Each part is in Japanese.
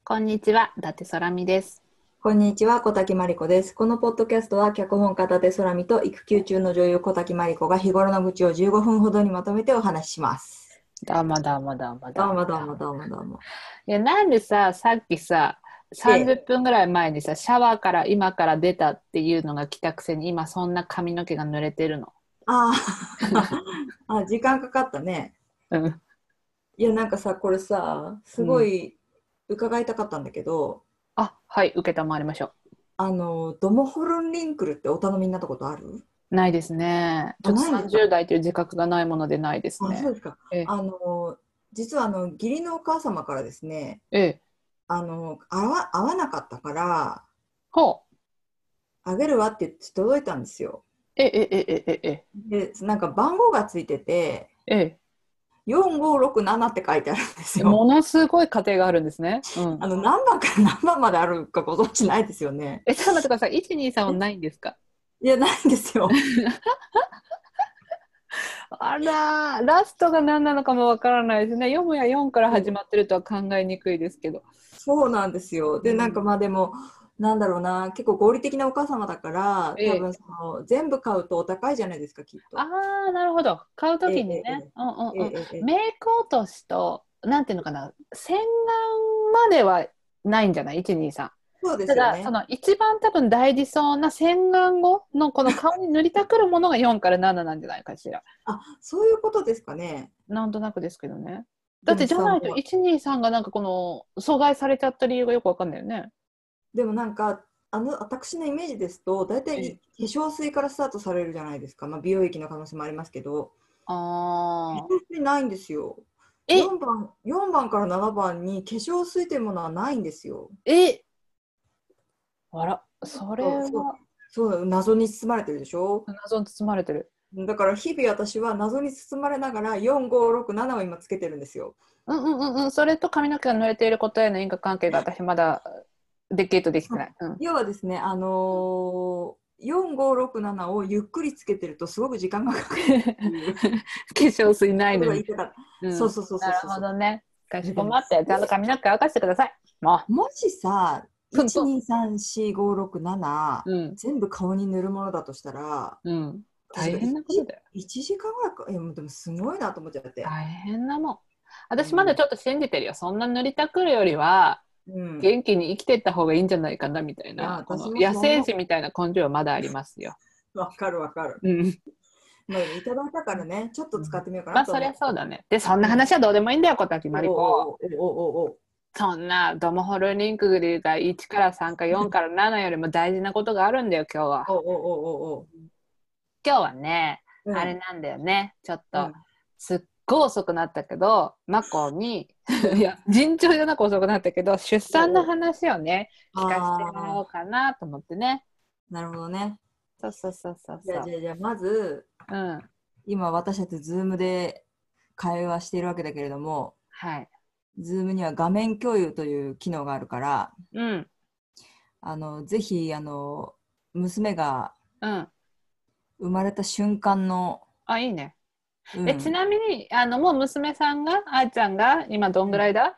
こんにちは、伊達空美です。 こんにちは、小滝真理子です。このポッドキャストは、脚本家立空美と育休中の女優小滝真理子が日頃の愚痴を15分ほどにまとめてお話しします。 どうもどうもどうもどうも。 どうもどうもどうもどうも。 いや、なんでさっきさ、30 で、 分ぐらい前にさ、シャワーから今から出たっていうのが来たくせに、今そんな髪の毛が濡れてるの。 あ時間かかったね。 うん。 いや、なんかさ、これさ、すうん。 ごい伺いたかったんだけど、 あ、はい、受けたまわりましょドモホルンリンクルってお頼みになったことある？ う。ないですね。ちょっとないんですか？ 30代という自覚がないものでないですそうね。 ですか。 え、 実は義理のお母様からですね、 え、 合わなかったから、 ほう。 あげるわって言って届いたんですよ。 え、え、え、え、え、え、 で、なんか番号がついてて、 え、 4567って書いてあるんですよ。 ものすごい家庭があるんですね。うん。 何番から何番まであるかご存知ないですよね。 ちょっと待ってください。123はないんですか？ いや、ないんですよ。 あら、ラストが何なのかもわからないですね。よもや4から始まってるとは考えにくいですけど。 そうなんですよ。で、なんかうん。 まあでも、なんだろうな、結構合理的なお母様だから、多分ええ。 全部買うとお高いじゃないですか、きっあと。 あ、なるほど。買うとええ、 きにね。 ええ、 うんうんええ、 うん。 ええ、ええ。 メイク落としと、なんていうのかな、洗顔まではないんじゃない ?1、2、3。 そうでただ、そすよね。 の一番多分大事そうな洗顔後のこの顔に塗りたくるものが4から7なんじゃないかしら。 あ、そういうことですかね。 なんとなくですけどね。だってでもさ、 じゃないと1、2、3がなんかこの阻害されちゃった理由がよくわかんないよね。 でもなんか、私のイメージですと、大体ええ。 化粧水からスタートされるじゃないですか。まあ、美容液の可能性もありますけど、化ああ。 粧水ないんですよ。 え、 4番から7番に化粧水というものはないんですよ。 え、あら、それそう、そう、 はそう謎に包まれてるでしょ。 謎に包まれてる。 だから日々私は謎に包まれながら4、5、6、7を今つけてるんですよ。 うんうんうんうん、それと髪の毛が濡れていることへの因果関係が私まだゲットできてない。うん。 要はですね、4、5、6、7をゆっくりつけてるとすごく時間がかかるっていう化粧水ないことのに。 が言いたかった。 うん。 そうそうそうそなるうそうそう。 ほどね。かしでもこまって、ちゃんと髪の毛乾かしてください。ももしさ、 う。 1、2、3、4、5、6、7、 うん。 全部顔に塗るものだとしたら、 うん。 私が大変なことだよ。 1時間ぐらいか、でもすごいなと思っちゃって。 大変なもん。私まだうん。 ちょっと信じてるよ。そんな塗りたくるよりは、 うん。 元気に生きていった方がいいんじゃないかなみたいいや、 な、こ私の野もそう思生児みたいな根性はまだありますよ。 う。わかるわかる。 うん。 まあでもいただいたからね、ちょっとうん、 使ってみようかまあそりなと思って。 ゃそうだね。で、そんなうん。 話はどうでもいいんだよ、小滝お真理子。 おおおおおお。 そんなドモホルリンクルが1から3か4から7よりも大事なことがあるんだよ、今日は。 おおおおお。 今日はね、 うん。 あれなんだよね。ちょっと、 うん。 すっごい遅くなったけど、マコに、 ういん。 や、尋常じゃなく遅くなったけど、出産のおお。 話をね、聞かせてもらおうああ、 かなと思ってね。 なるほどね。 そうそうそうそうじゃそう。 あじゃあじゃあ、まず、 うん。 今私たちズームで会話しているわけだけれども、 はい。 ズームには画面共有という機能があるから、 うん。 ぜひ、娘がうん。 生まれた瞬間の、 あ、いいね。ちうん、 なみに、もう娘さんが、あーちゃんが、今どんぐらいだ？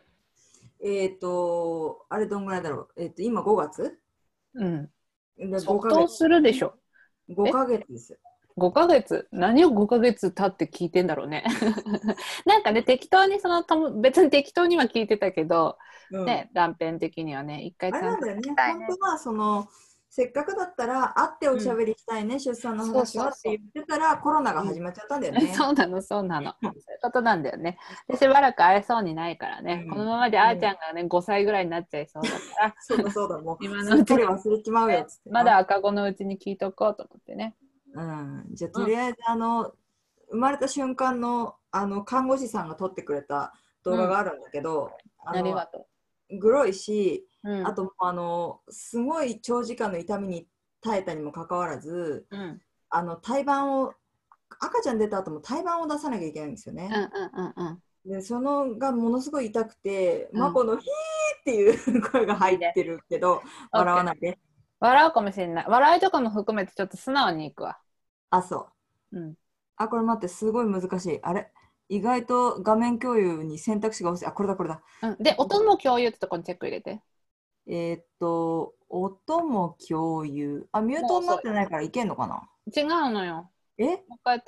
あれどんぐらいだろう。今5月うん。 で5ヶ月。 相当するでしょ。え 5ヶ月ですよ。 ?5 ヶ月何を5ヶ月経って聞いてんだろうね。なんかね、適当に別に適当には聞いてたけど、 うん。 ね、断片的にはね、一回あれちゃんと聞なんだよね。 きたいね。 本当は、せっかくだったら、会っておうん。 しゃべりしたいね、出産のそう話はって言そうそってたら、コロナがう。うん。 始まっちゃったんだよね。 そうなの、そうなの。そういうことなんだよね。で、 そう。 しばらく会えそうにないからね。このうん。 ままであーちゃうん。 んがね、5歳ぐらいになっちゃいそうだから、 そうだそうだ、もう、 今すっかりのうちに忘れちまうよ、 ね、 つってな。 まだ赤子のうちに聞いとこうと思ってね。 うん。じゃあ、 うん。 とりあえず、生まれた瞬間の、看護師さんが撮ってくれた動うん。 画があるんだけど、 ありがとグロいし、 う。うん。 あと、すごい長時間の痛みに耐えたにもかかわらず、 うん。 胎盤を、赤ちゃん出た後も胎盤を出さなきゃいけないんですよね。 うんうんうんうん。 で、そのがものすごい痛くて、 うん。 マコのヒーっていう声が入いいね。 ってるけど、 オッケー。 笑わないで。 笑うかもしれない。笑いとかも含めてちょっと素直にいくわ。 あ、そう。 うん。 あ、これ待って、すごい難しい。あれ意外と画面共有に選択肢が多い。あ、これだこれだ。 で、音も共有ってとこにチェック入れて。 音も共有。あ、ミュートになってないからいけんのかな。 違うのよ。 えもう一回やって。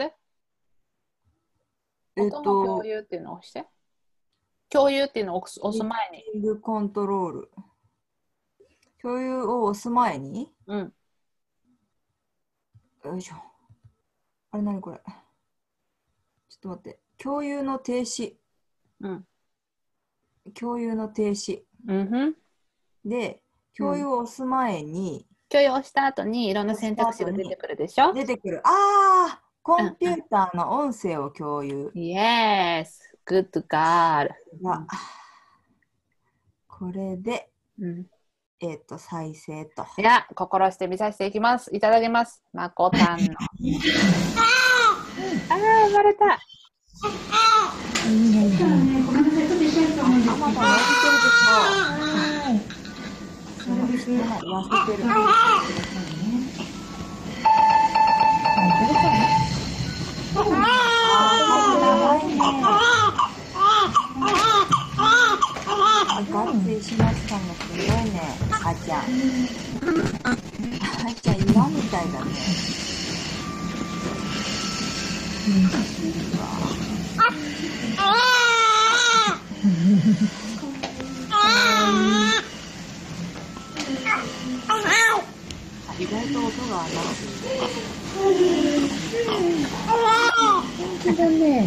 音も共有っていうのを押して。共有っていうのを押す前に。 ミーティングコントロール。共有を押す前に、 うん。 よいしょ。あれ何これ。ちょっと待って。共有の停止。 うん。 共有の停止。 うんふん。 で、共有を押す前に、 共有をした後にいろんな選択肢が出てくるでしょ。 出てくる。ああ、コンピューターの音声を共有。 Yes, good girl. これで、 うん、 再生と。 いや、心して見させていきます。いただきます。まこたんの。ああ、生まれた。 ガッツリしましたのすごいね、あちゃん。あちゃん岩みたいだね。意外と音が鳴る。だね。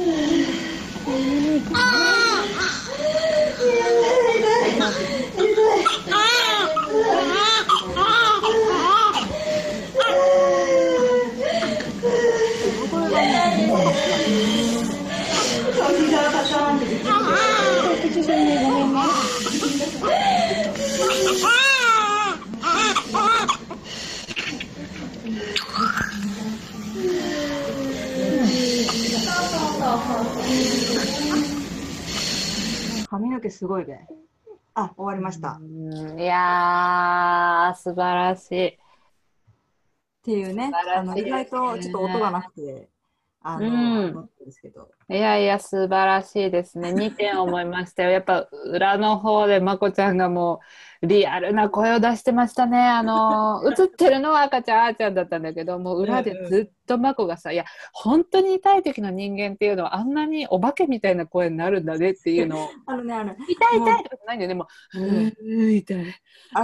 髪の毛すごいね。あ、終わりました。 いやー、素晴らしい。 っていうね、意外とちょっと音がなくて、ですけど。 いやいや、素晴らしいですね。2点思いましたよ。やっぱ裏の方でまこちゃんがもうリアルな声を出してましたね。映ってるのは赤ちゃん、あーちゃんだったんだけど、もう裏でずっとまこがさ、いや、本当に痛い時の人間っていうのはあんなにお化けみたいな声になるんだねっていうのを。痛い痛いとかじゃないんだよね、もう、痛い。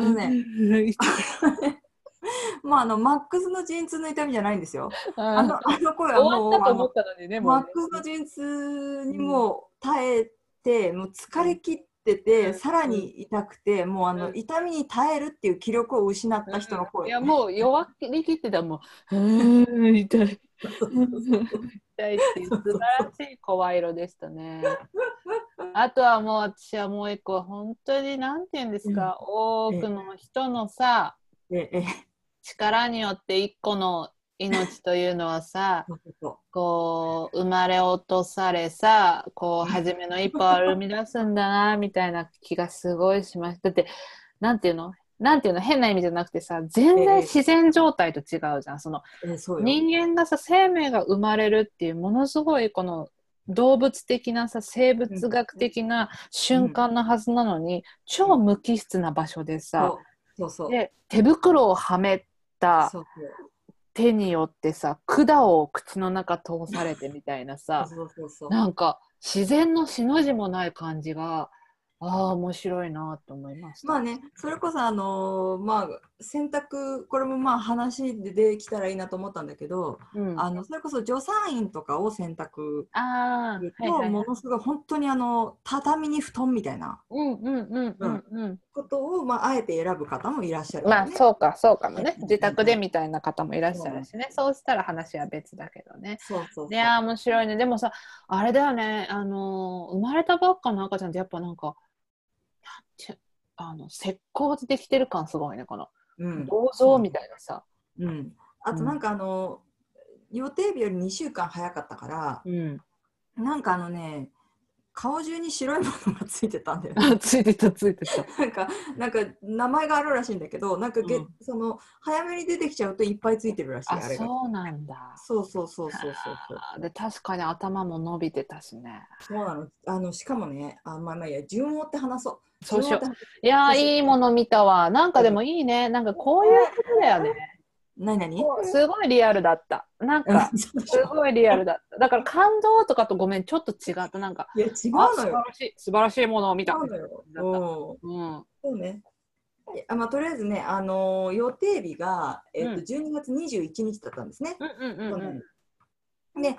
まあマックスの陣痛の痛みじゃないんですよ。あの声はもう終わったと思ったのにね、もうマックスの陣痛にも耐えて、もう疲れ切ってて、さらに痛くて、もう痛みに耐えるっていう気力を失った人の声。 いや、もう弱りきってたもん。痛い。痛いっていう素晴らしい声色でしたね。あとはもう私はもう一個本当に何て言うんですか、多くの人のさ、力によって一個の命というのはさこう生まれ落とされさこう初めの一歩を生み出すんだなみたいな気がすごいしました。だってなんていうの変な意味じゃなくてさ全然自然状態と違うじゃん。人間がさ生命が生まれるっていうものすごいこの動物的なさ生物学的な瞬間のはずなのに、超無機質な場所でさ、で手袋をはめた手によってさ管を口の中通されてみたいなさなんか自然のしの字もない感じが面白いなと思いました。 まあね、それこそ選択これもまあ話でできたらいいなと思ったんだけど、それこそ助産院とかを選択するとものすごい本当に畳に布団みたいなことをあえて選ぶ方もいらっしゃる、ね。 まあそうかもね。自宅でみたいな方もいらっしゃるしね。そうしたら話は別だけどね。いや面白いね。でもさあれだよね。生まれたばっかの赤ちゃんってやっぱなんか石膏でできてる感すごいねこの、銅像みたいなさ、 あとなんか予定日より2週間早かったから、なんか顔中に白いものがついてたんだよね。ついてたついてた。 なんか名前があるらしいんだけど、なんかその早めに出てきちゃうといっぱいついてるらしい。 あれがそうなんだ。 そう。 で確かに頭も伸びてたしね。 そうなの。しかもね、まあいや、順を追って話そう。 そうしよう。いやいいもの見たわ。なんかでもいいね。なんかこういうことだよね。 何すごいリアルだった。なんかすごいリアルだった。だから感動とかとごめんちょっと違った。なんかいや違うのよ。 素晴らしいものを見た。 そうだよ。そうね。まあ、とりあえずね、予定日が、12月21日だったんですね。で、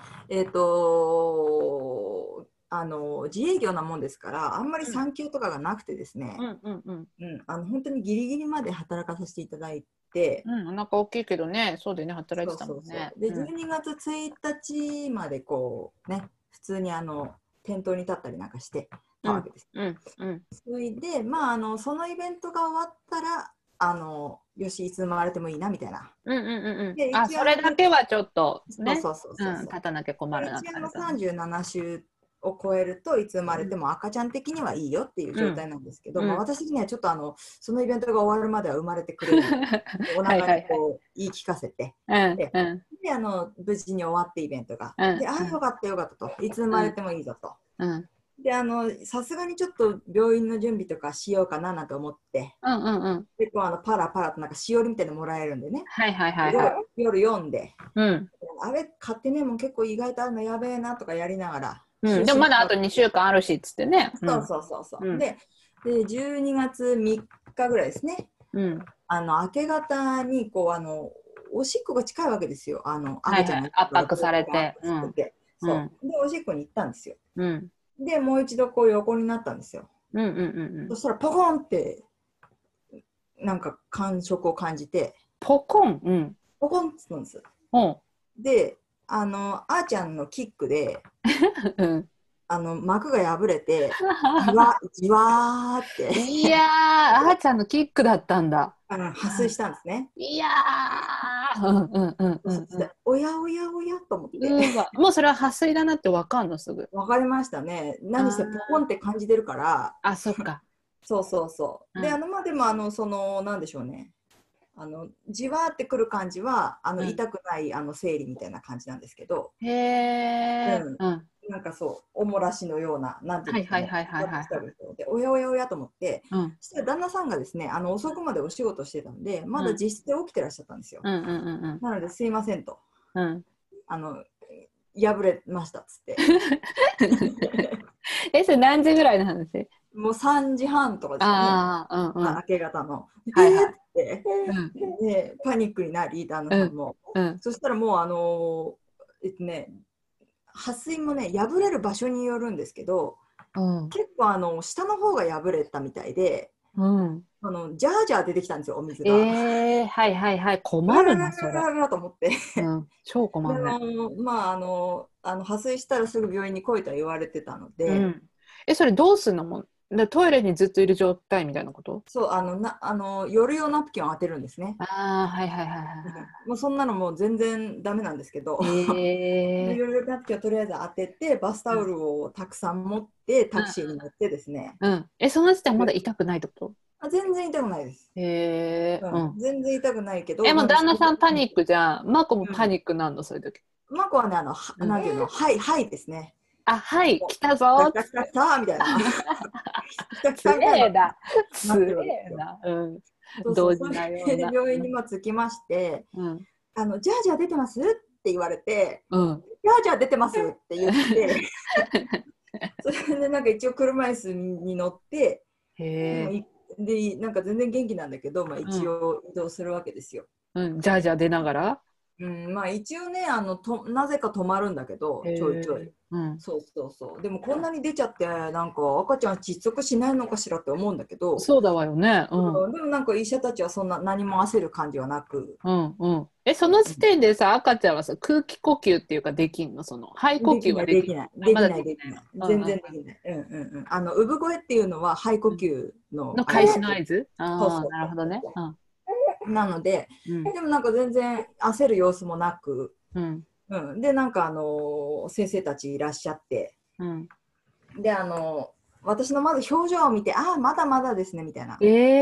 自営業なもんですから、あんまり産休とかがなくてですね、本当にギリギリまで働かさせていただいて、 お腹大きいけどね、そうでね、働いてたもんね。 で、12月1日までこうね、普通に店頭に立ったりなんかしてたわけです。それで、まあ、そのイベントが終わったら、よし、いつ回れてもいいなみたいな。 あ、それだけはちょっとね、 立たなきゃ困るなって。 37週を超えるといつ生まれても赤ちゃん的にはいいよっていう状態なんですけど、私的にはちょっとそのイベントが終わるまでは生まれてくれるお腹にこう言い聞かせて、で無事に終わってイベントが、でよかったよかったと、いつ生まれてもいいぞと。でさすがにちょっと病院の準備とかしようかななんて思って、でこうパラパラとなんかしおりみたいなのもらえるんでね、夜読んで、あれ買ってねもう結構意外とあるのやべえなとかやりながら、 でもまだあと2週間あるしっつってね。 で12月3日ぐらいですね、明け方にこうおしっこが近いわけですよ、赤ちゃんが圧迫されて。 でおしっこに行ったんですよ。でもう一度こう横になったんですよ。そしたらポコンってなんか感触を感じて、 ポコンポコンって言ったんです。であーちゃんのキックで膜が破れてじわーって。 いやー、あーちゃんのキックだったんだ。 破水したんですね。 いやー、おやおやおやと思って。 もうそれは破水だなって分かんのすぐ。 分かりましたね。何せポコンって感じてるから。 あ、そっか。 で、でもそのなんでしょうね。じわーってくる感じは痛くない生理みたいな感じなんですけど。 へえ。 なんかそうおもらしのようななんていうんですかね。でおやおやおやと思って、そしたら旦那さんがですね遅くまでお仕事してたんでまだ実質で起きてらっしゃったんですよ。なのですいませんと、破れましたっつって。 それ何時ぐらいの話？ もう3時半とかですよね、明け方の。でパニックになり旦那さんも、そしたらもう破水もね破れる場所によるんですけど、結構下の方が破れたみたいで、ジャージャー出てきたんですよお水が。 困るなそれ。 と思って、 超困るね。 まあ破水したらすぐ病院に来いとは言われてたので、 それどうすんのもんトイレにずっといる状態みたいなこと？ そう夜用ナプキンを当てるんですね。もうそんなのもう全然ダメなんですけど、夜用ナプキンをとりあえず当ててバスタオルをたくさん持ってタクシーに乗ってですね。 その時点まだ痛くないってこと？ 全然痛くないです。全然痛くないけど。 もう旦那さんパニックじゃん。マコもパニックなんのそういう時。 マコはねなんていうのはいですね。 はい来たぞー。 来たみたいな。 すげえな。すげえな。同時なような。 病院に着きまして、ジャージャー出てますって言われて、ジャージャー出てますって言って、それでなんか一応車椅子に乗って、でなんか全然元気なんだけど、一応移動するわけですよ。 ジャージャー出ながら。 一応ねなぜか止まるんだけどちょいちょい。でもこんなに出ちゃってなんか赤ちゃん窒息しないのかしらって思うんだけど。 そうだわよね。 でもなんか医者たちはそんな何も焦る感じはなく。 その時点でさ赤ちゃんはさ空気呼吸っていうかできんの？その肺呼吸はできない。全然できない。産声っていうのは肺呼吸の開始の合図。なるほどね。 なので、でもなんか全然焦る様子もなく、でなんか先生たちいらっしゃって、 で私のまず表情を見て、ああまだまだですねみたいな。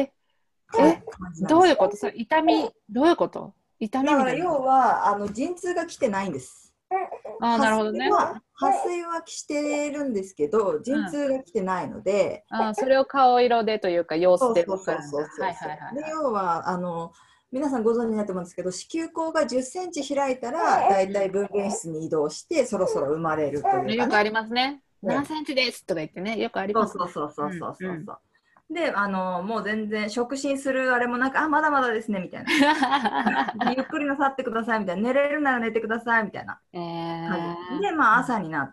どういうこと？痛み、どういうこと？痛みだから要は陣痛が来てないんです。 なるほどね。 発生はしてるんですけど、陣痛が来てないので、 それを顔色でというか様子で分かるんだ。 要は皆さんご存知になって思うんですけど、子宮口が10センチ開いたらだいたい分娩室に移動してそろそろ生まれるというか、ね、 よくありますね。何センチですとか言ってね、よくあります、ね。 そうで、もう全然触診するあれもなんか、あ、まだまだですねみたいな。ゆっくりなさってくださいみたいな。寝れるなら寝てくださいみたいな。で、まあ朝になって、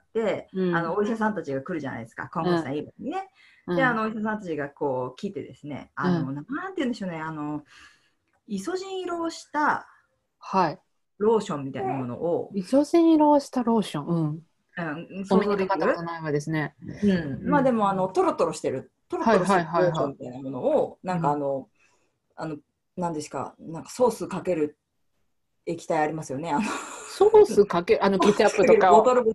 お医者さんたちが来るじゃないですか。看護師さんいるにね。で、お医者さんたちがこう聞いてですね、なんて言うんでしょうね、イソジン色をしたローションみたいなものを。 イソジン色をしたローション。想像できることないわですね。 まあでもトロトロしてる。トロトロしたローションみたいなものを、なんか何ですか、なんかソースかける液体ありますよね。 ソースかける、ケチャップとかボトル。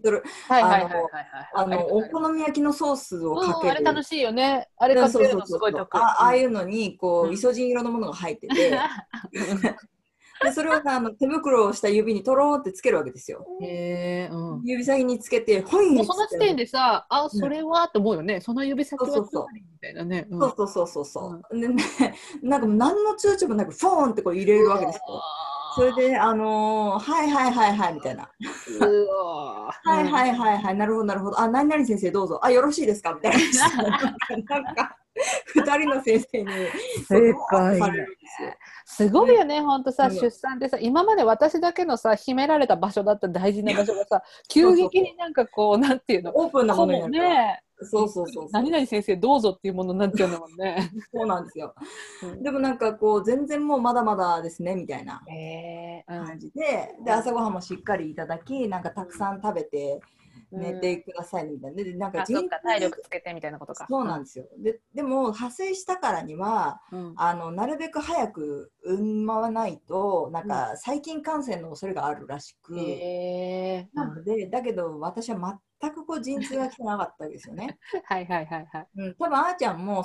お好み焼きのソースをかける。 あれ楽しいよね。あれかけるのすごい得意。 ああいうのに、こう、イソジン色のものが入ってて、でそれを手袋をした指にとろーってつけるわけですよ。指先につけて、ほいもうその時点でさ、それはと思うよね。その指先はつまりみたいなね。 そう。でね、なんか何の躊躇もなく、フォーンってこう入れるわけですよ。それで、はいみたいな。はい、なるほど。あ、何々先生どうぞ。あ、よろしいですかみたいな。なんか、2人の先生に正解されるんですよ。すごいよね、ほんとさ、出産ってさ、今まで私だけのさ、秘められた場所だった大事な場所がさ、急激になんかこう、なんていうの、 オープンなものになるね。 何々先生どうぞっていうものになっちゃうんだもんね。 そうなんですよ。でもなんかこう、全然もうまだまだですね、みたいな感じで、朝ごはんもしっかりいただき、なんかたくさん食べて、寝てくださいみたいな。で、なんか体力つけてみたいなことか。 そうなんですよ。でも、発生したからには、なるべく早く産まないと、なんか細菌感染の恐れがあるらしく、なので、だけど私は全くこう陣痛が来てなかったわけですよね。多分、あーちゃんも、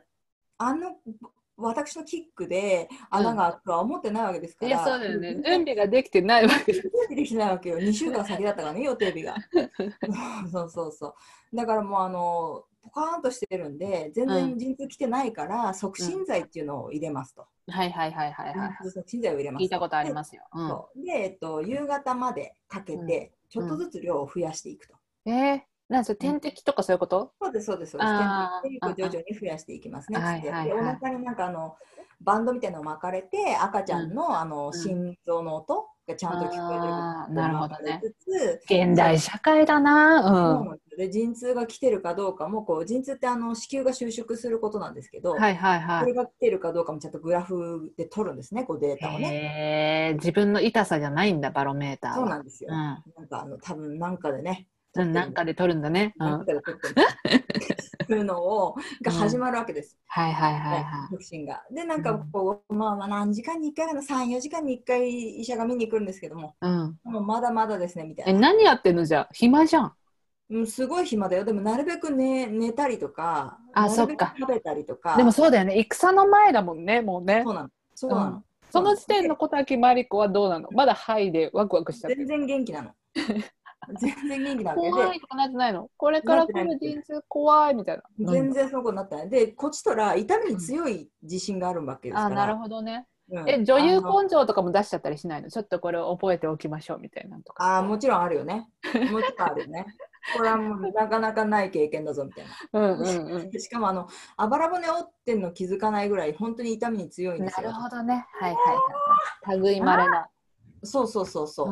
私のキックで穴が開くとは思ってないわけですから。 いや、そうだよね。準備ができてないわけです。 準備できてないわけよ。2週間先だったからね、予定日が。そう。だからもうポカーンとしてるんで、全然陣痛来てないから、促進剤っていうのを入れますと。促進剤を入れます。 聞いたことありますよ。 で、夕方までかけて、ちょっとずつ量を増やしていくと。 なんそれ点滴とかそういうこと？ そうです。点滴を徐々に増やしていきますね。で、お腹になんかバンドみたいなのを巻かれて、赤ちゃんの心臓の音がちゃんと聞こえてるかなるほどね。現代社会だな。 で、陣痛が来てるかどうかも、こう陣痛って子宮が収縮することなんですけど、それが来てるかどうかもちゃんとグラフで取るんですね、こうデータをね。 自分の痛さじゃないんだ、バロメーターは。 そうなんですよ。なんか多分なんかでね。 なんかで取るんだね。 なんかで取ってる。いうのが始まるわけです。促進が。で、なんかこう、何時間に1回かな、3、4時間に1回医者が見に来るんですけども、もうまだまだですね、みたいな。 何やってんのじゃあ？暇じゃん。 すごい暇だよ。でもなるべく寝たりとか、 そっか。 食べたりとか。 でもそうだよね。戦の前だもんね、もうね。 そうなの。 その時点の小滝真理子はどうなの？まだハイでワクワクしちゃってる。 全然元気なの。全然元気なわけで。 怖いとかなってないの？これから来る陣痛怖いみたいな。 全然そういうことになってない。で、こっちとら痛みに強い自信があるわけですから。 なるほどね。女優根性とかも出しちゃったりしないの？ちょっとこれを覚えておきましょうみたいなとか。 もちろんあるよね。もちろんあるよね。これはもうなかなかない経験だぞみたいな。しかもあばら骨折ってんの気づかないぐらい本当に痛みに強いんですよ。 なるほどね。類まれな。 そう。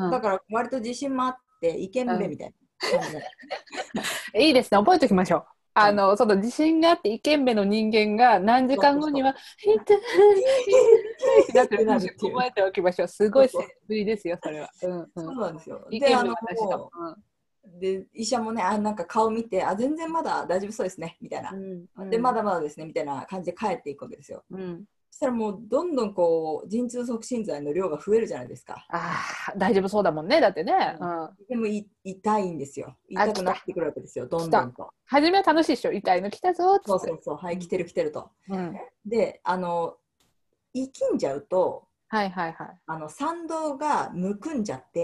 だから割と自信もあってイケメンみたいな。いいですね。覚えておきましょう。その自信があってイケメンの人間が何時間後にはヒットだって覚えておきましょう。すごいセオリーですよ、それは。 そうなんですよ。で、医者もね、なんか顔見て、全然まだ大丈夫そうですね、みたいな。で、まだまだですね、みたいな感じで帰っていくわけですよ。 そしたらもうどんどんこう陣痛促進剤の量が増えるじゃないですか。 大丈夫そうだもんね、だってね。 でも痛いんですよ。痛くなってくるわけですよ、どんどんと。 初めは楽しいでしょ、痛いの来たぞって。 そう、はい、来てると。で、生きんじゃうと、産道がむくんじゃって、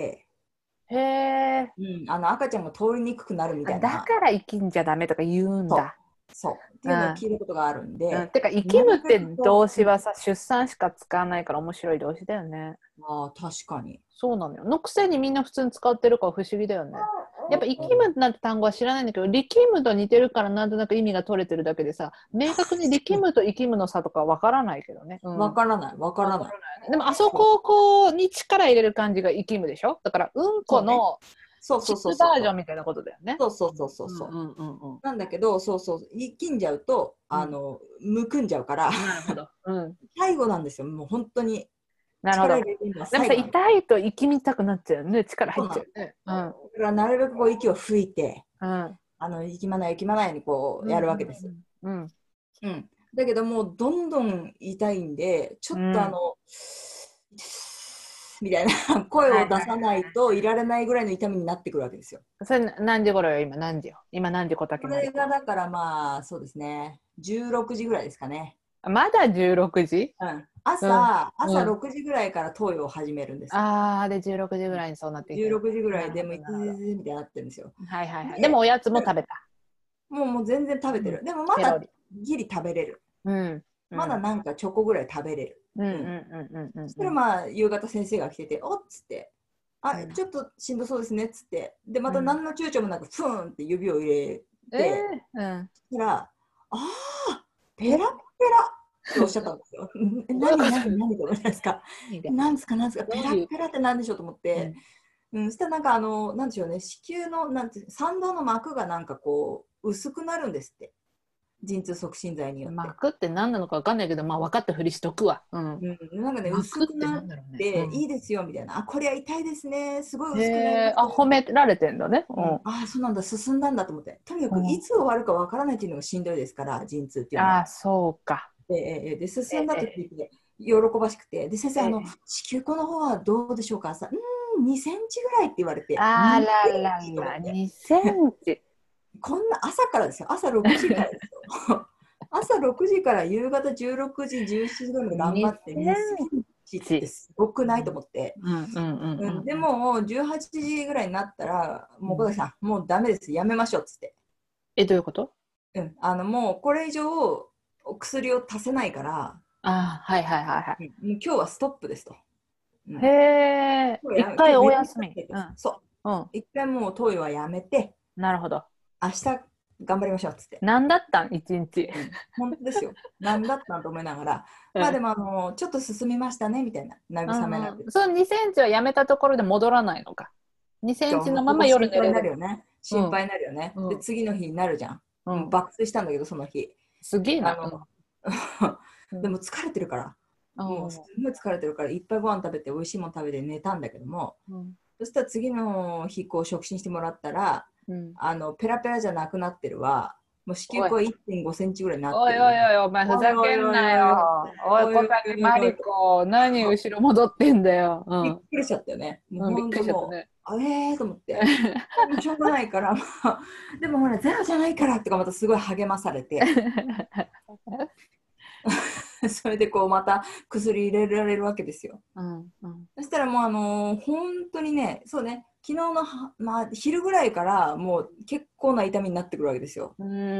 赤ちゃんが通りにくくなるみたいな。 だから生きんじゃダメとか言うんだ。 そうっていうのを聞いたことがあるんで。 てか生きむって動詞はさ、出産しか使わないから面白い動詞だよね。 確かに。 そうなのよ。のくせにみんな普通に使ってるから不思議だよね。やっぱ生きむなんて単語は知らないんだけど、力むと似てるからなんとなく意味が取れてるだけでさ、明確に力むと生きむの差とかわからないけどね。 わからない。 でもあそこをこうに力入れる感じが生きむでしょ。だからうんこのチップバージョンみたいなことだよね。 そうなんだけど、生きんじゃうとむくんじゃうから、最後なんですよ。もう本当に。 なるほど。でもさ、痛いと息みたくなっちゃうね。力入っちゃうね。 だからなるべくこう息を吹いて、息まないにこうやるわけです。だけどもうどんどん痛いんで、ちょっとみたいな声を出さないといられないぐらいの痛みになってくるわけですよ。 それ何時頃よ、今何時よ。今何時小竹まり。これがだからまあそうですね、16時ぐらいですかね。 まだ16時？ 朝6時ぐらいから投与を始めるんです。 で16時ぐらいにそうなっていて。16時ぐらいでも1時みたいになってるんですよ。 でもおやつも食べた。 もう全然食べてる。でもまだギリ食べれる。まだなんかチョコぐらい食べれる。そしたらまあ夕方先生が来てて、おっつって、ちょっとしんどそうですねっつって、でまた何の躊躇もなくふーんって指を入れて、そしたら、ペラペラっておっしゃったんですよ。何と思いますか。何ですかペラペラって何でしょうと思って、そしたらなんかなんでしょうね、子宮の産道の膜がなんかこう薄くなるんですって。陣痛促進剤によって。 膜って何なのか分かんないけど、まあ分かってふりしとくわ。 なんかね、薄くなっていいですよみたいな。これは痛いですね。すごい薄くなります。 褒められてんだね。 そうなんだ、進んだんだと思って。とにかくいつ終わるか分からないっていうのがしんどいですから、陣痛っていうのは。 そうか。 で、進んだと聞いて、喜ばしくて。で、先生、子宮口の方はどうでしょうか2センチぐらいって言われて。 2センチ。 こんな朝からですよ。朝6時からですよ。朝6時から夕方16時、17時ぐらいまで頑張って2センチってすごくないと思って。でも18時ぐらいになったら、もう小崎さん、もうダメです。やめましょうっつって。 どういうこと？ もうこれ以上お薬を足せないから、今日はストップですと。 へー。一回お休み。 そう。一回もう投与はやめて。 なるほど。 明日頑張りましょうっつって。 何だったん一日。 本当ですよ。何だったんと思いながら。まあでもちょっと進みましたねみたいな慰めなくて。 その2センチはやめたところで戻らないのか。2センチのまま夜寝れる。 心配になるよね。心配になるよね。で次の日になるじゃん。爆睡したんだけどその日。 すげえな。 でも疲れてるから。もうすごい疲れてるからいっぱいご飯食べて美味しいもの食べて寝たんだけども、そしたら次の日こう触診してもらったら、ペラペラじゃなくなってるわ。もう子宮口は 1.5 センチぐらいになってる。 お前ふざけんなよ。おい小竹マリコ、何後ろ戻ってんだよ。 びっくりしちゃったよね。 びっくりしちゃったね。 と思って。しょうがないから、でもほらゼロじゃないからとかまたすごい励まされて。それでこうまた薬入れられるわけですよ。そしたらもう本当にね、そうね、昨日の、昼ぐらいからもう結構な痛みになってくるわけですよ。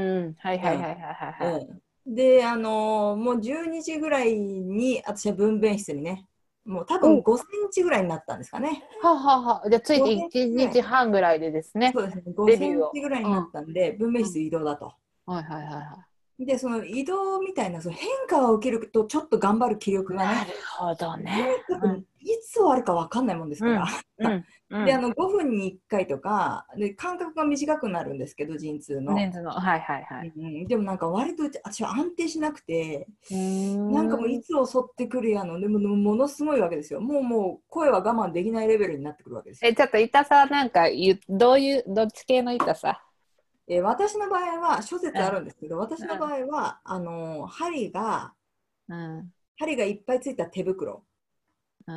でもう12時ぐらいに私は分娩室にね、もう多分5センチぐらいになったんですかね。 じゃあついて1日半ぐらいでですね。 そうですね、5センチぐらいになったんで、分娩室移動だと。でその移動みたいなその変化を受けるとちょっと頑張る気力がね。 なるほどね。 いつ終わるか分かんないもんですから。で5分に1回とかで間隔が短くなるんですけど陣痛の。でもなんか割と私は安定しなくて、なんかもういつ襲ってくるやのでもものすごいわけですよ。もう声は我慢できないレベルになってくるわけですよ。 ちょっと痛さなんかどっち系の痛さ？ 私の場合は諸説あるんですけど、私の場合は針が針がいっぱいついた手袋、 うん、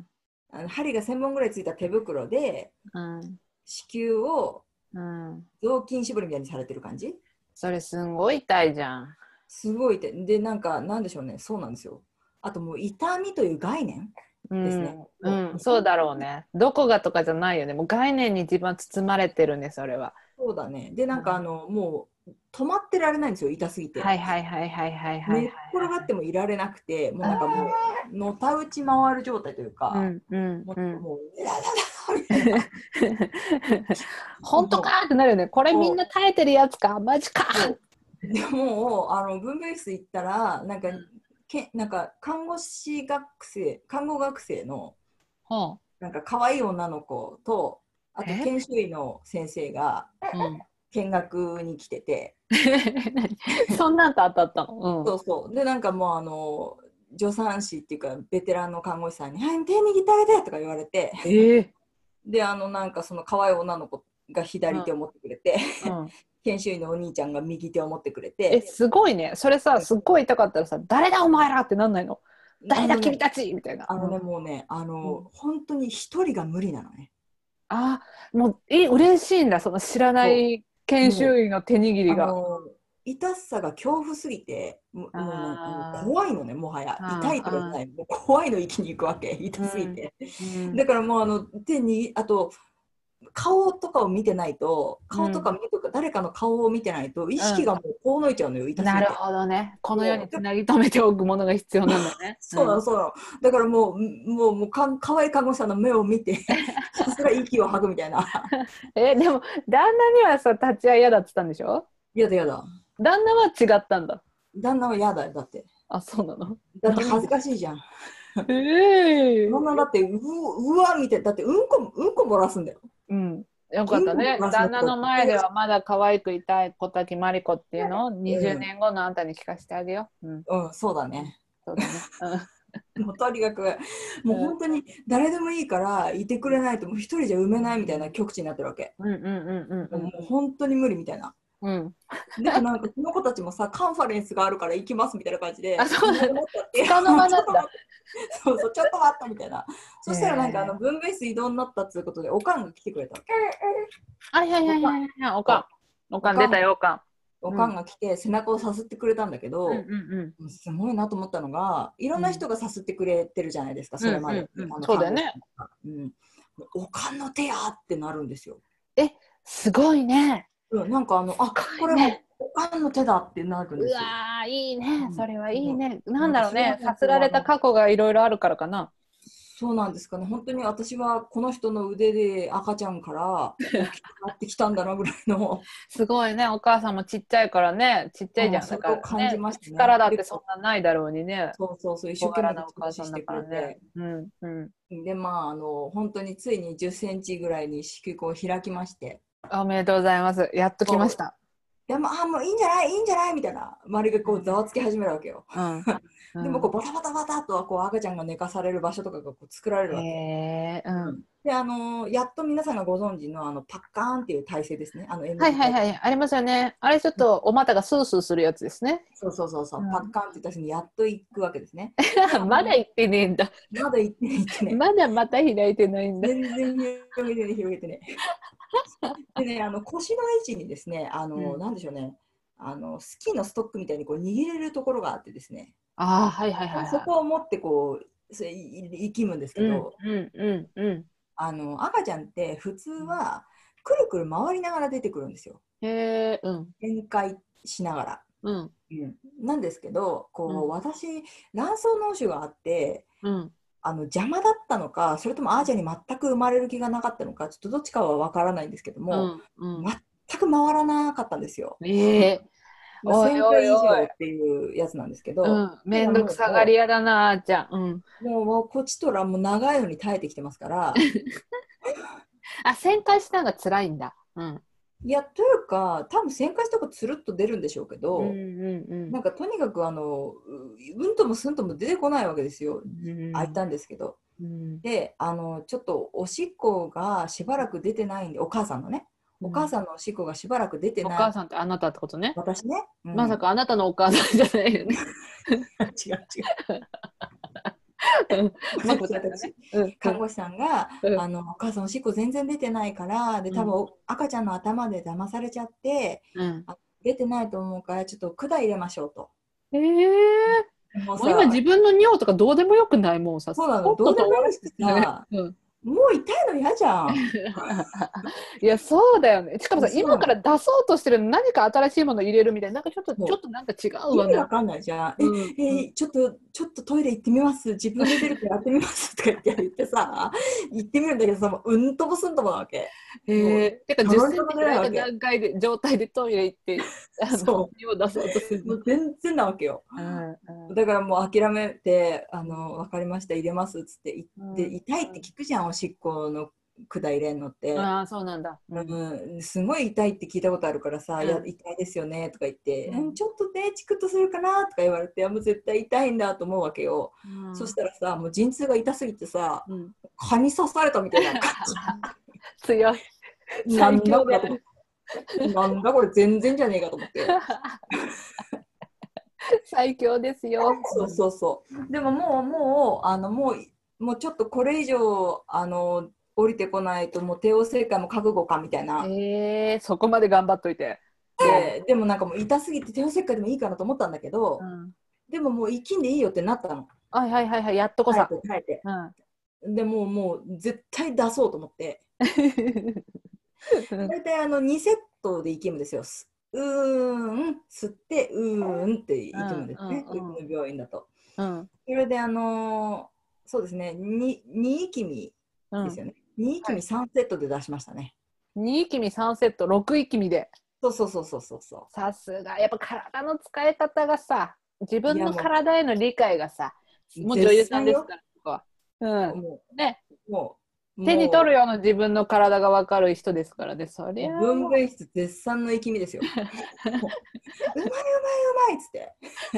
針が1000本ぐらいついた手袋で、 うん、 子宮をうん、 雑巾絞りみたいにされてる感じ。 それすんごい痛いじゃん。 すごい痛い。で、なんでしょうね。そうなんですよ。あともう痛みという概念ですね。 うん、そうだろうね。どこがとかじゃないよね。もう概念に自分は包まれてるね、それは。 そうだね。で、もう止まってられないんですよ、痛すぎて。 はいはいはいはいはいはい寝っ転がってもいられなくて、もうのたうち回る状態というか、 うんうんもうん。 う、イラララみたいな。 本当かってなるよね。これみんな耐えてるやつか、マジか。 でも分娩室行ったらなんか看護学生のなんか可愛い女の子と、あと研修医の先生が見学に来てて、 そんなんと当たったの、 そうそう。で、なんかもう助産師っていうかベテランの看護師さんに「はい、手握ってあげて」とか言われて、でなんかその可愛い女の子が左手を持ってくれて、研修医のお兄ちゃんが右手を持ってくれて。 すごいね。それさ、すっごい痛かったらさ、誰だお前らってなんないの？誰だ君たちみたいな。 もうね、本当に一人が無理なのね。 もう嬉しいんだ、その知らない研修医の手握りが。 痛さが恐怖すぎて、もう怖いのね、もはや。痛いとかじゃない、もう怖いの域に行くわけ、痛すぎて。だからもう手に、あと、顔とかを見てないと、誰かの顔を見てないと、意識がもう遠のいちゃうのよ、痛すぎて。 なるほどね。この世につなぎ止めておくものが必要なんだね。 そうなの、そうなの。だからもう可愛い看護師さんの目を見て、ひたすら息を吐くみたいな。 でも、旦那にはさ、立ち会い嫌だって言ったんでしょ？ 嫌だ嫌だ。 旦那は違ったんだ。 旦那は嫌だよ、だって。 そうなの？ だって恥ずかしいじゃん。旦那だってうわみたいな、だってうんこ漏らすんだよ。 よかったね。旦那の前ではまだ可愛くいたい小滝真理子っていうのを20年後のあんたに聞かせてあげよう。 そうだね。 そうだね。 もうとにかくもう本当に誰でもいいからいてくれないともう一人じゃ産めないみたいな極地になってるわけ。もう本当に無理みたいな。でもなんかこの子たちもさ、カンファレンスがあるから行きますみたいな感じで、 そうなんだ。つかの間なんだ。 そうそう、ちょっと待ったみたいな。そしたらなんか分娩室移動になったっていうことでおかんが来てくれたわけ。 おかん出たよ、おかん。 おかんが来て背中をさすってくれたんだけど、すごいなと思ったのが、いろんな人がさすってくれてるじゃないですか、それまで。 そうだよね。 おかんの手やってなるんですよ。 すごいね。 なんかこれはおかんの手だってなるんですよ。 うわー、いいね、それはいいね。なんだろうね、さすられた過去がいろいろあるからかな。 そうなんですかね。本当に私はこの人の腕で赤ちゃんから大きくなってきたんだなぐらいの。 すごいね、お母さんもちっちゃいからね、ちっちゃいじゃん。 それを感じましたね。 力だってそんなないだろうにね。 そう、一生懸命お母さんだからね。 で、本当についに10センチぐらいに子宮を開きまして。 おめでとうございます。やっと来ました。 もういいんじゃないみたいな、周りがこうざわつき始めるわけよ。でもバタバタバタとは赤ちゃんが寝かされる場所とかが作られるわけ。でやっと皆さんがご存知のパッカーンっていう体勢ですね。 ありますよね。あれちょっとお股がスースーするやつですね。 そう、パッカーンって言った人にやっと行くわけですね。 まだ行ってねえんだ。 まだ行ってね。 まだまた開いてないんだ。 全然広げてね。でね、腰の位置にですね、なんでしょうね、スキーのストックみたいにこう握れるところがあってですね、そこを持ってこう生きむんですけど、赤ちゃんって普通はくるくる回りながら出てくるんですよ。展開しながら。なんですけど、私、卵巣嚢腫があって、邪魔だったのか、それともアーチャに全く生まれる気がなかったのか、ちょっとどっちかは分からないんですけども、全く回らなかったんですよ。1000回以上っていうやつなんですけど、 めんどくさがり屋だな、あーちゃん。 もうこっちとらもう長いのに耐えてきてますから。 1000回したのが辛いんだ。 いや、というか、多分1000回したらつるっと出るんでしょうけど、なんかとにかくうんともすんとも出てこないわけですよ。開いたんですけど。で、ちょっとおしっこがしばらく出てないんで、お母さんのね、お母さんのおしっこがしばらく出てない。 お母さんってあなたってことね。 私ね。 まさかあなたのお母さんじゃないよね。 違う。 看護師さんが、お母さんおしっこ全然出てないから、で多分赤ちゃんの頭で騙されちゃって、出てないと思うからちょっと管入れましょうと。 もう今自分の尿とかどうでもよくない？もうさ、 そうなの、どうでもよくてさ、もう痛いの嫌じゃん。 いや、そうだよね。しかもさ、今から出そうとしてる何か新しいもの入れるみたいな、なんかちょっとなんか違うわね。 意味わかんないじゃん。ちょっとトイレ行ってみます。自分で出るからやってみますとか言ってさ、行ってみるんだけどさ、もううんともすんともなわけ。 てか10センチぐらいの段階で状態でトイレ行って、尿を出そうとするの。 全然なわけよ。だからもう諦めて、分かりました、入れますっつって言って、痛いって聞くじゃん、おしっこの管入れんのって。 ああ、そうなんだ。 すごい痛いって聞いたことあるからさ、いや、痛いですよねとか言って、ちょっとね、チクッとするかなとか言われて、もう絶対痛いんだと思うわけよ。そしたらさ、もう陣痛が痛すぎてさ、蚊に刺されたみたいな感じ。強い。最強だよ。 なんだこれ、全然じゃねえかと思って。 最強ですよ。 でももうちょっとこれ以上降りてこないともう帝王切開も覚悟かみたいな。 そこまで頑張っといて。 でもなんかもう痛すぎて帝王切開でもいいかなと思ったんだけど、でももう生きんでいいよってなったの。 やっとこさ。 でもう絶対出そうと思って。大体2セットで生きるんですよ。吸ってっていくんですね、うちの病院だと。それでそうですね、2息みですよね。2息み3セットで出しましたね。 2息み3セット、6息みで。 そう。 さすが、やっぱ体の使い方がさ、自分の体への理解がさ、もう女優さんですから。ね。手に取るような自分の体が分かる人ですからね、そりゃ。 分娩室絶賛の息みですよ。うまいうまいっつって。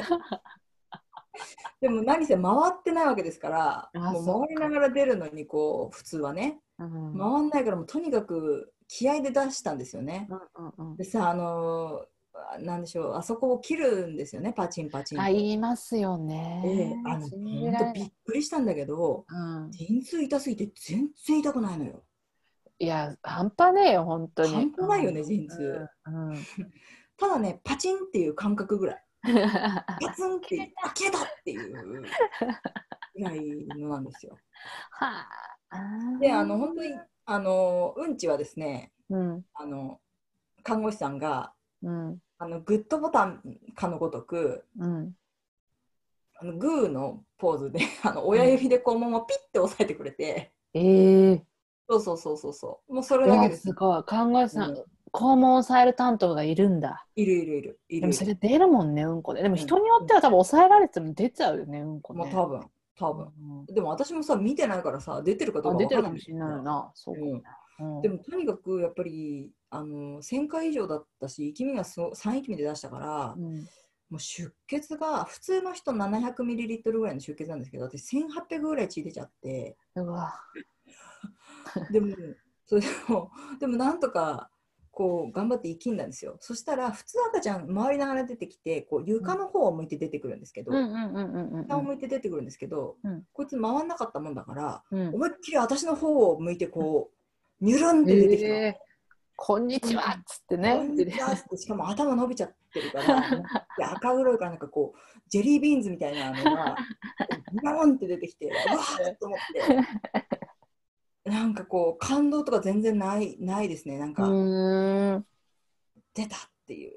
でも何せ回ってないわけですから、もう回りながら出るのにこう普通はね、回んないからもうとにかく気合で出したんですよね。でさ、なんでしょう、あそこを切るんですよね、パチンパチンと。 言いますよね。 ほんとびっくりしたんだけど、陣痛痛すぎて全然痛くないのよ。 いや、半端ねえよ、本当に。 半端ないよね、陣痛。ただね、パチンっていう感覚ぐらい。パツンって、切れたっていうぐらいのなんですよ。で、本当に、うんちはですね、看護師さんが、グッドボタンかのごとく、グーのポーズで親指でこうもうピッて押さえてくれて、そうもうそれだけです。 すごい、看護師さん、肛門を押さえる担当がいるんだ。 いる。 でもそれ出るもんね、うんこで。でも人によっては多分抑えられても出ちゃうよね、うんこね。 多分。でも私もさ、見てないからさ、出てるかどうか出てるかもしれないな。そうでもとにかくやっぱり1000回以上だったし、息みが3息みで出したから、もう出血が普通の人700ミリリットルぐらいの出血なんですけど、私1800ぐらい血出ちゃって。でもなんとかこう頑張って生きんだんですよ。そしたら普通赤ちゃん回りながら出てきてこう床の方を向いて出てくるんですけど、下を向いて出てくるんですけど、こいつ回んなかったもんだから、思いっきり私の方を向いてこうニュルンって出てきた。 こんにちはっつってね。 こんにちはっつって、しかも頭伸びちゃってるから赤黒いからなんかこうジェリービーンズみたいなのがビヨンって出てきて、うわーっと思って。なんかこう感動とか全然ないですね。なんか出たっていう。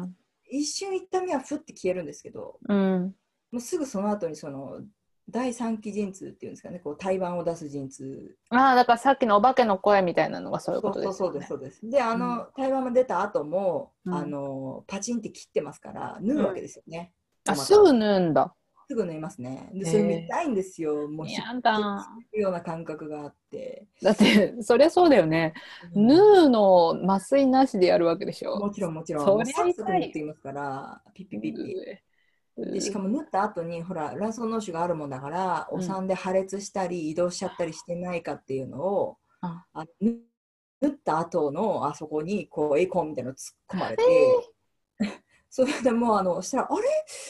一瞬痛みはふって消えるんですけど、もうすぐその後にその第3期陣痛っていうんですかね、こう胎盤を出す陣痛。 だからさっきのお化けの声みたいなのがそういうことですよね。そうです。で、胎盤が出た後も、パチンって切ってますから縫うわけですよね。 すぐ縫うんだ。 すぐ縫いますね。で、それ見たいんですよ。もう出血するような感覚があって。 だってそりゃそうだよね。縫うの麻酔なしでやるわけでしょ。 もちろん。 そりゃ痛い。 サクサク縫っていますから、ピッピッピッピ。でしかも縫った後にほら卵巣嚢腫があるもんだから、お産で破裂したり移動しちゃったりしてないかっていうのを、縫った後のあそこにこうエコーみたいなの突っ込まれて、それでもうしたらあれな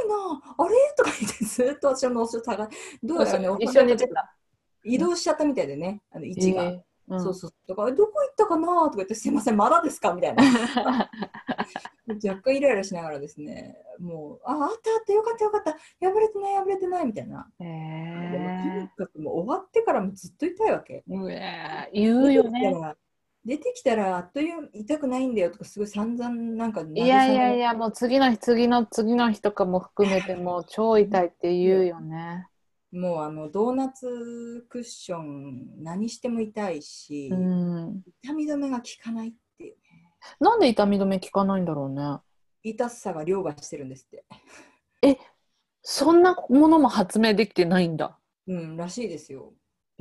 いな、あれとか言ってずっと私の脳書探どうやらね、 一緒に出た。 移動しちゃったみたいでね、位置が。そうそう。だから、どこ行ったかなとか言って、すいません、まだですかみたいな。若干イライラしながらですね、もう、あったあった、よかったよかった、破れてない、破れてないみたいな。でもとにかくもう終わってからもずっと痛いわけ。 言うよね。 出てきたらあっという痛くないんだよとかすごい散々なんかいやもう次の日とかも含めてもう超痛いって言うよね。 もうドーナツクッション何しても痛いし、痛み止めが効かないっていうね。 なんで痛み止め効かないんだろうね。 痛さが凌駕してるんですって。 そんなものも発明できてないんだ。 らしいですよ。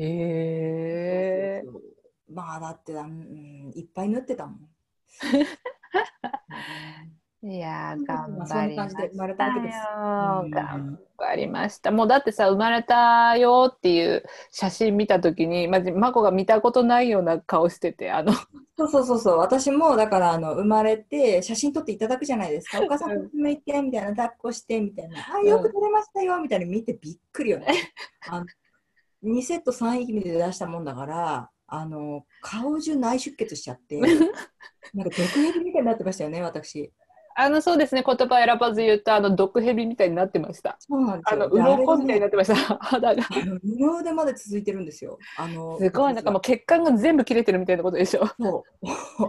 まあだって、いっぱい塗ってたもん。 いや頑張りましたよ。頑張りました。もうだってさ、生まれたよっていう写真見たときに、マコが見たことないような顔してて、 そう、私もだから生まれて写真撮っていただくじゃないですか。お母さんこっち向いてみたいな、抱っこしてみたいな、よく撮れましたよみたいな見てびっくりよね。2セット3息目で出したもんだから、顔中内出血しちゃって、なんか毒蛇みたいになってましたよね、私。 そうですね、言葉選ばず言うと、毒蛇みたいになってました。 そうなんですよ。 鱗みたいになってました、肌が。 二の腕まで続いてるんですよ。 すごい、なんかもう血管が全部切れてるみたいなことでしょ。 そう。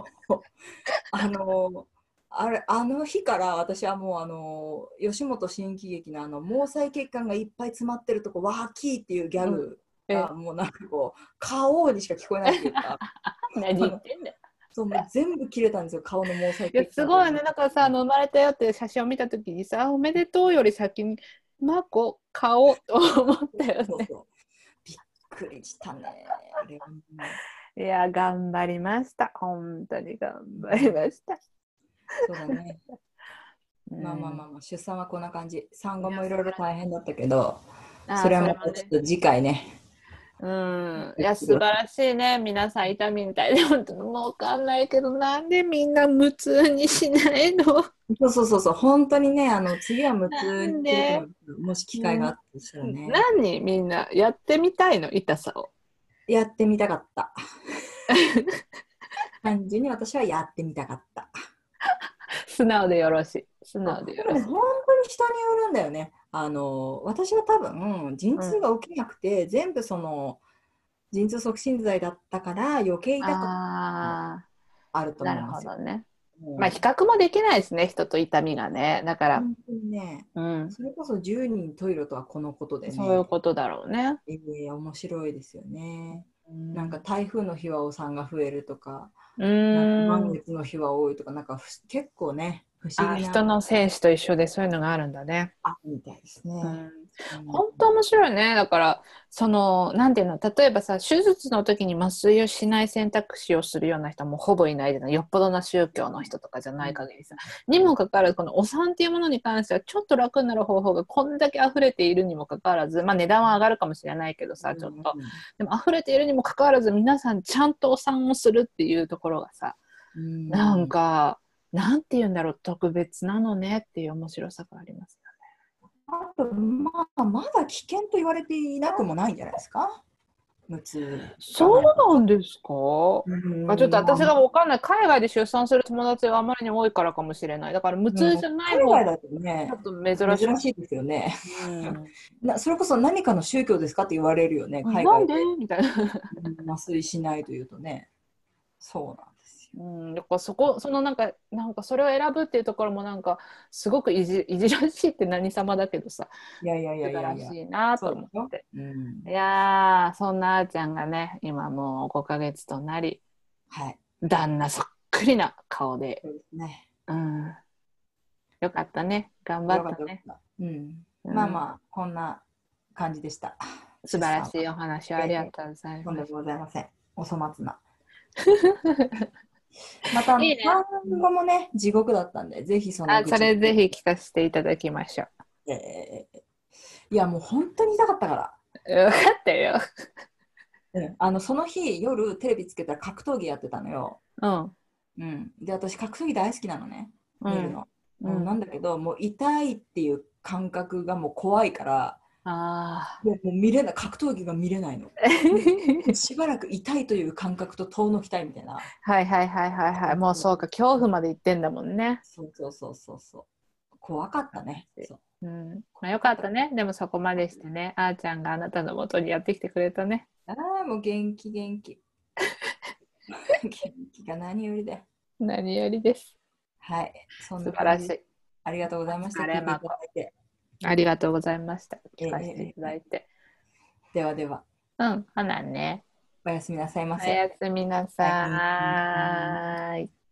あの日から私はもう吉本新喜劇の毛細血管がいっぱい詰まってるとこ、わーきーっていうギャグが、もうなんかこう、顔にしか聞こえないっていうか。 何言ってんだよ。 そうもう全部切れたんですよ、顔の毛細血管。 すごいね、だからさ、生まれたよって写真を見たときにさ、おめでとうより先に、マコ、顔と思ったよね。 びっくりしたね。 いや、頑張りました。本当に頑張りました。 そうだね。まあ、出産はこんな感じ。産後もいろいろ大変だったけど、それはまたちょっと次回ね。 いや素晴らしいね、皆さん痛みみたいで、本当にもう分かんないけど、なんでみんな無痛にしないの？ そう、本当にね、次は無痛にするともし機会があったとしたらね。 何みんなやってみたいの、痛さを。 やってみたかった。単純に私はやってみたかった。 素直でよろしい。素直でよろしい。 本当に人によるんだよね。私は多分陣痛が起きなくて、全部その陣痛促進剤だったから余計痛くあると思います。 なるほどね。まあ比較もできないですね、人と痛みがね。だから本当にね、それこそ10人トイレとはこのことでね。 そういうことだろうね。 面白いですよね。なんか台風の日はお産が増えるとか、満月の日は多いとか、なんか結構ね、不思議な。 人の精子と一緒でそういうのがあるんだね。 みたいですね。 本当面白いね。だからなんていうの、例えばさ、手術の時に麻酔をしない選択肢をするような人もほぼいないじゃない、よっぽどな宗教の人とかじゃない限りさ。にもかかわらず、このお産っていうものに関してはちょっと楽になる方法がこんだけ溢れているにもかかわらず、値段は上がるかもしれないけどさ、ちょっとでも溢れているにもかかわらず、皆さんちゃんとお産をするっていうところがさ、なんかなんていうんだろう、特別なのねっていう面白さがありますよね。 あと、まだ危険と言われていなくもないんじゃないですか。 そうなんですか。ちょっと私が分かんない。海外で出産する友達があまりに多いからかもしれない。だから無痛じゃない方がちょっと珍しいですよね。それこそ何かの宗教ですかって言われるよね。海外でみたいな。 麻酔しないというとね。そうなんですよ。 だからなんかそれを選ぶっていうところもなんかすごくいじらしいって何様だけどさ、 いや素晴らしいなと思って。いやー、そんなあーちゃんがね、今もう5ヶ月となり、旦那そっくりな顔で、よかったね、頑張ったね。 まあこんな感じでした。 素晴らしいお話をありがとうございます。 とんでもございません。お粗末な。また産後もね、地獄だったんで、ぜひそれぜひ聞かせていただきましょう。 いや、もう本当に痛かったから。 よかったよ。 その日、夜テレビつけたら格闘技やってたのよ。で、私格闘技大好きなのね、見るの。なんだけど、もう痛いっていう感覚がもう怖いから、もう見れない、格闘技が見れないの。しばらく痛いという感覚と遠のきたいみたいな。 はいはいはいはいはい。もうそうか、恐怖まで言ってんだもんね。 そうそうそうそうそう。怖かったね。 うん。まあ、よかったね。でもそこまでしてね、あーちゃんがあなたのもとにやってきてくれたね。 ああ、もう元気元気。元気が何よりで。 何よりです。 はい。 そんな素晴らしい。 ありがとうございました。聞いていただいて。 ありがとうございました。聞かせていただいて。 ではでは。 うん、ほなね。 おやすみなさいませ。 おやすみなさい。